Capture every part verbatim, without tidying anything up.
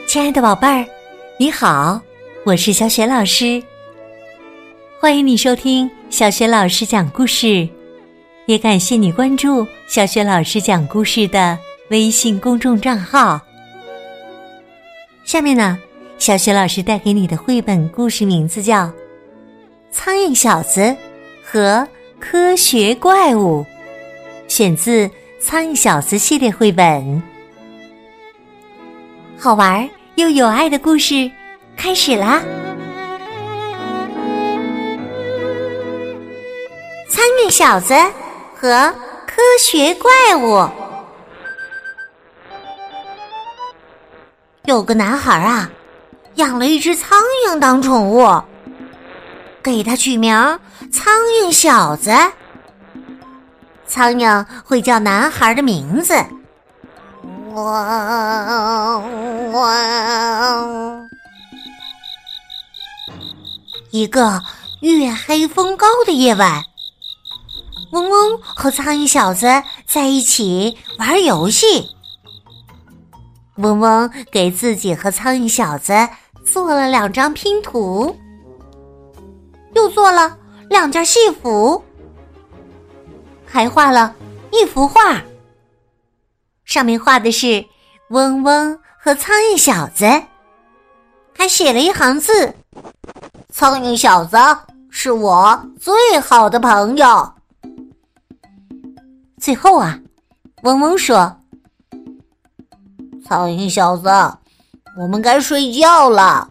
亲爱的宝贝儿，你好，我是小雪老师，欢迎你收听小雪老师讲故事，也感谢你关注小雪老师讲故事的微信公众账号。下面呢，小雪老师带给你的绘本故事名字叫《苍蝇小子和科学怪物》，选自《苍蝇小子》系列绘本。好玩又有爱的故事开始啦！苍蝇小子和科学怪物。有个男孩啊，养了一只苍蝇当宠物，给它取名苍蝇小子。苍蝇会叫男孩的名字，汪汪。一个月黑风高的夜晚，嗡嗡和苍蝇小子在一起玩游戏。嗡嗡给自己和苍蝇小子做了两张拼图，又做了两件戏服，还画了一幅画，上面画的是嗡嗡和苍蝇小子，还写了一行字：苍蝇小子是我最好的朋友。最后啊，嗡嗡说：苍蝇小子，我们该睡觉了。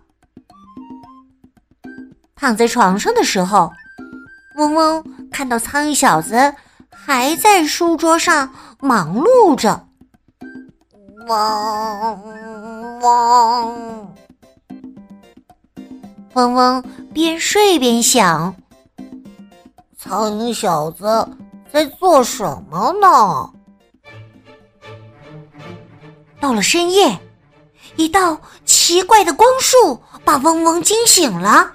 躺在床上的时候，嗡嗡看到苍蝇小子还在书桌上忙碌着，嗡嗡。嗡嗡边睡边想，苍蝇小子在做什么呢？到了深夜，一道奇怪的光束把嗡嗡惊醒了。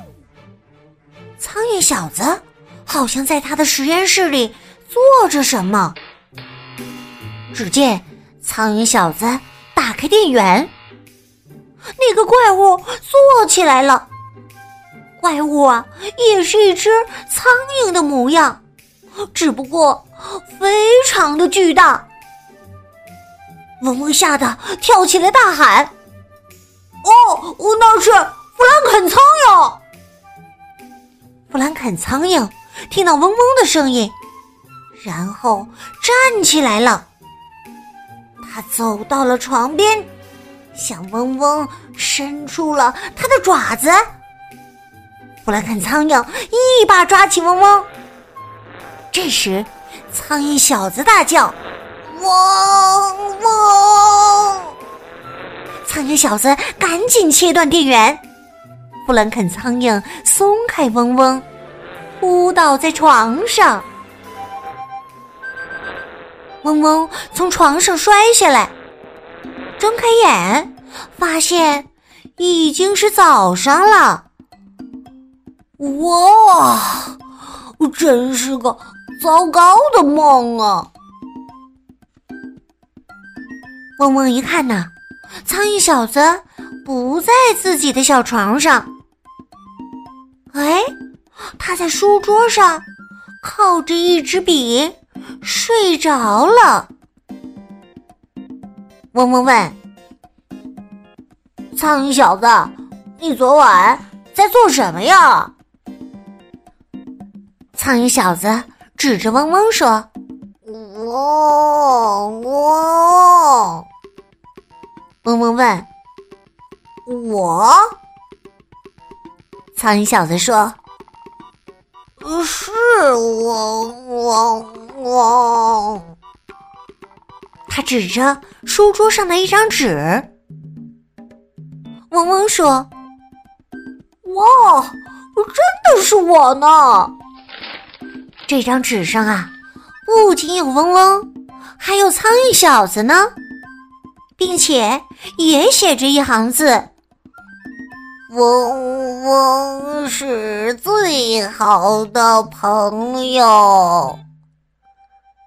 苍蝇小子好像在他的实验室里做着什么。只见苍蝇小子打开电源，那个怪物坐起来了。怪物啊，也是一只苍蝇的模样，只不过非常的巨大。嗡嗡吓得跳起来大喊：哦，那是弗兰肯苍蝇！弗兰肯苍蝇听到嗡嗡的声音，然后站起来了。他走到了床边，向嗡嗡伸出了他的爪子。弗兰肯苍蝇一把抓起嗡嗡。这时，苍蝇小子大叫：嗡嗡！苍蝇小子赶紧切断电源。弗兰肯苍蝇松开嗡嗡，扑倒在床上。嗡嗡从床上摔下来，睁开眼，发现已经是早上了。哇，真是个糟糕的梦啊！嗡嗡一看呐，苍蝇小子不在自己的小床上，哎，他在书桌上靠着一支笔睡着了。嗡嗡问：苍蝇小子，你昨晚在做什么呀？苍蝇小子指着嗡嗡说：我我。嗡嗡问：我？苍蝇小子说：是我我我。他指着书桌上的一张纸。嗡嗡说：哇，真的是我呢！这张纸上啊，不仅有嗡嗡，还有苍蝇小子呢，并且也写着一行字：嗡嗡是最好的朋友。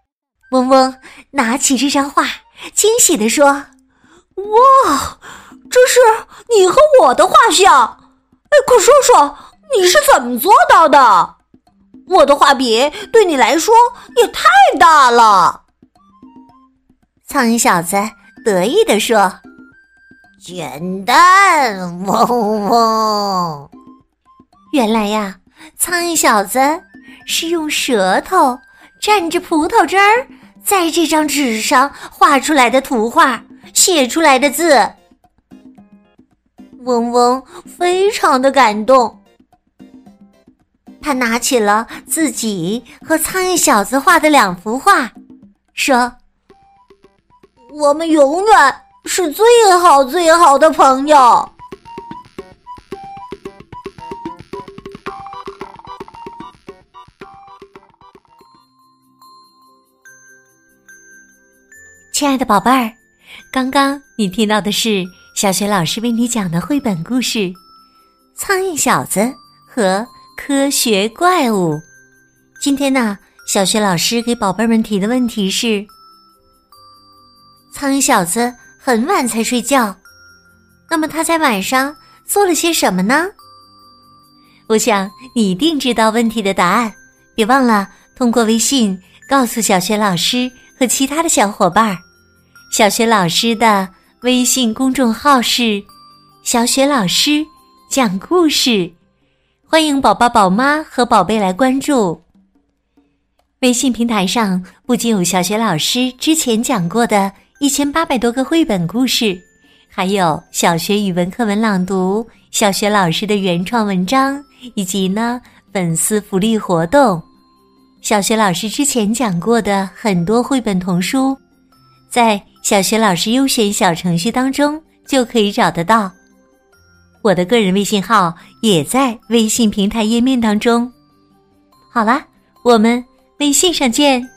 嗡嗡拿起这张画，惊喜地说：哇， 这是你和我的画像。哎，快说说你是怎么做到的？我的画笔对你来说也太大了。苍蝇小子得意地说：简单，嗡嗡。原来呀，苍蝇小子是用舌头蘸着葡萄汁儿，在这张纸上画出来的图画，写出来的字。嗡嗡非常的感动，他拿起了自己和苍蝇小子画的两幅画，说：我们永远是最好最好的朋友。亲爱的宝贝儿，刚刚你听到的是小雪老师为你讲的绘本故事《苍蝇小子和科学怪物》。今天呢，小雪老师给宝贝们提的问题是：苍蝇小子很晚才睡觉，那么他在晚上做了些什么呢？我想你一定知道问题的答案，别忘了通过微信告诉小雪老师和其他的小伙伴。小雪老师的微信公众号是小雪老师讲故事，欢迎宝宝宝妈和宝贝来关注。微信平台上不仅有小雪老师之前讲过的一千八百多个绘本故事，还有小学语文课文朗读、小学老师的原创文章，以及呢粉丝福利活动。小学老师之前讲过的很多绘本童书，在小学老师优选小程序当中就可以找得到。我的个人微信号也在微信平台页面当中。好啦，我们微信上见。